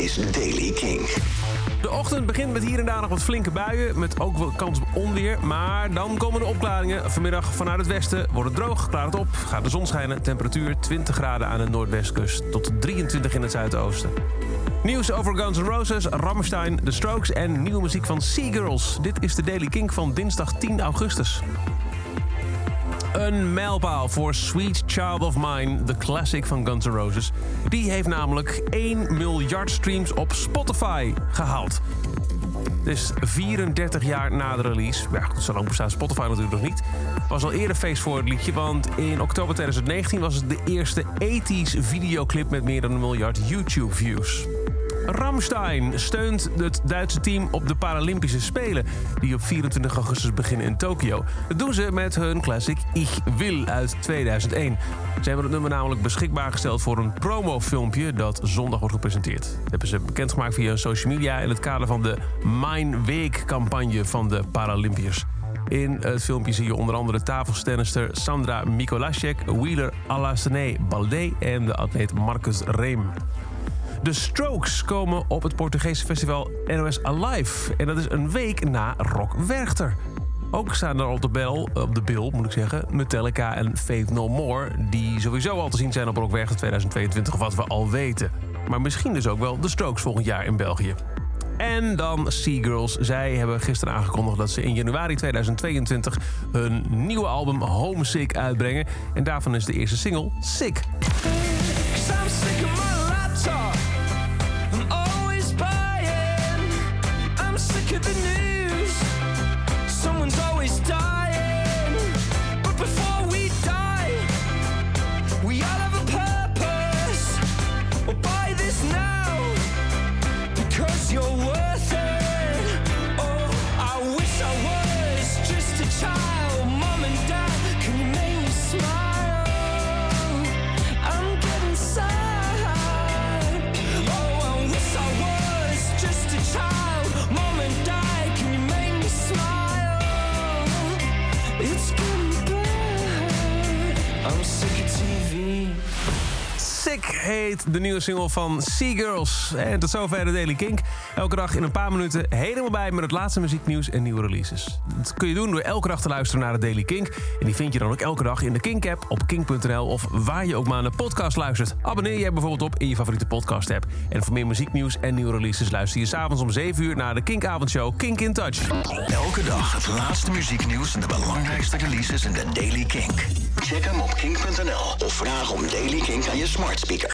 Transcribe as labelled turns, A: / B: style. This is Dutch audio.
A: is Daily King.
B: De ochtend begint met hier en daar nog wat flinke buien, met ook wel kans op onweer. Maar dan komen de opklaringen. Vanmiddag vanuit het westen wordt het droog, klaart het op, gaat de zon schijnen. Temperatuur 20 graden aan de noordwestkust tot 23 in het zuidoosten. Nieuws over Guns N' Roses, Rammstein, The Strokes en nieuwe muziek van Seagirls. Dit is de Daily King van dinsdag 10 augustus. Een mijlpaal voor Sweet Child of Mine, de classic van Guns N' Roses. Die heeft namelijk 1 miljard streams op Spotify gehaald. Het is 34 jaar na de release. Ja, zo lang bestaat Spotify natuurlijk nog niet. Was al eerder feest voor het liedje, want in oktober 2019 was het de eerste 80s videoclip met meer dan 1 miljard YouTube-views. Rammstein steunt het Duitse team op de Paralympische Spelen, die op 24 augustus beginnen in Tokio. Dat doen ze met hun classic Ich Will uit 2001. Ze hebben het nummer namelijk beschikbaar gesteld voor een promofilmpje dat zondag wordt gepresenteerd. Dat hebben ze bekendgemaakt via social media in het kader van de Mein Weg-campagne van de Paralympiërs. In het filmpje zie je onder andere tafeltennister Sandra Mikolasek, wheeler Alassane Baldé en de atleet Marcus Reem. De Strokes komen op het Portugese festival NOS Alive. En dat is een week na Rock Werchter. Ook staan er op de bil, moet ik zeggen, Metallica en Faith No More, die sowieso al te zien zijn op Rock Werchter 2022, wat we al weten. Maar misschien dus ook wel de Strokes volgend jaar in België. En dan Seagirls. Zij hebben gisteren aangekondigd dat ze in januari 2022 hun nieuwe album Homesick uitbrengen. En daarvan is de eerste single Sick.
C: The news, someone's always dying, but before we die, we all have a purpose. Well, buy this now, because you're worth it. Oh, I wish I was just a child. Mom and dad, can you make me smile? I'm getting sad. Oh, I wish I was just a child. Mom and dad, can you make me smile? It's getting bad. I'm sick of TV.
B: Sick heet de nieuwe single van Seagirls. En tot zover de Daily Kink. Elke dag in een paar minuten helemaal bij met het laatste muzieknieuws en nieuwe releases. Dat kun je doen door elke dag te luisteren naar de Daily Kink. En die vind je dan ook elke dag in de Kink-app op kink.nl of waar je ook maar naar de podcast luistert. Abonneer je bijvoorbeeld op in je favoriete podcast-app. En voor meer muzieknieuws en nieuwe releases luister je 's avonds om 7 uur naar de Kink-avondshow Kink in Touch.
A: Elke dag het laatste muzieknieuws en de belangrijkste releases in de Daily Kink. Check hem op kink.nl of vraag om Daily Kink aan je smart speaker.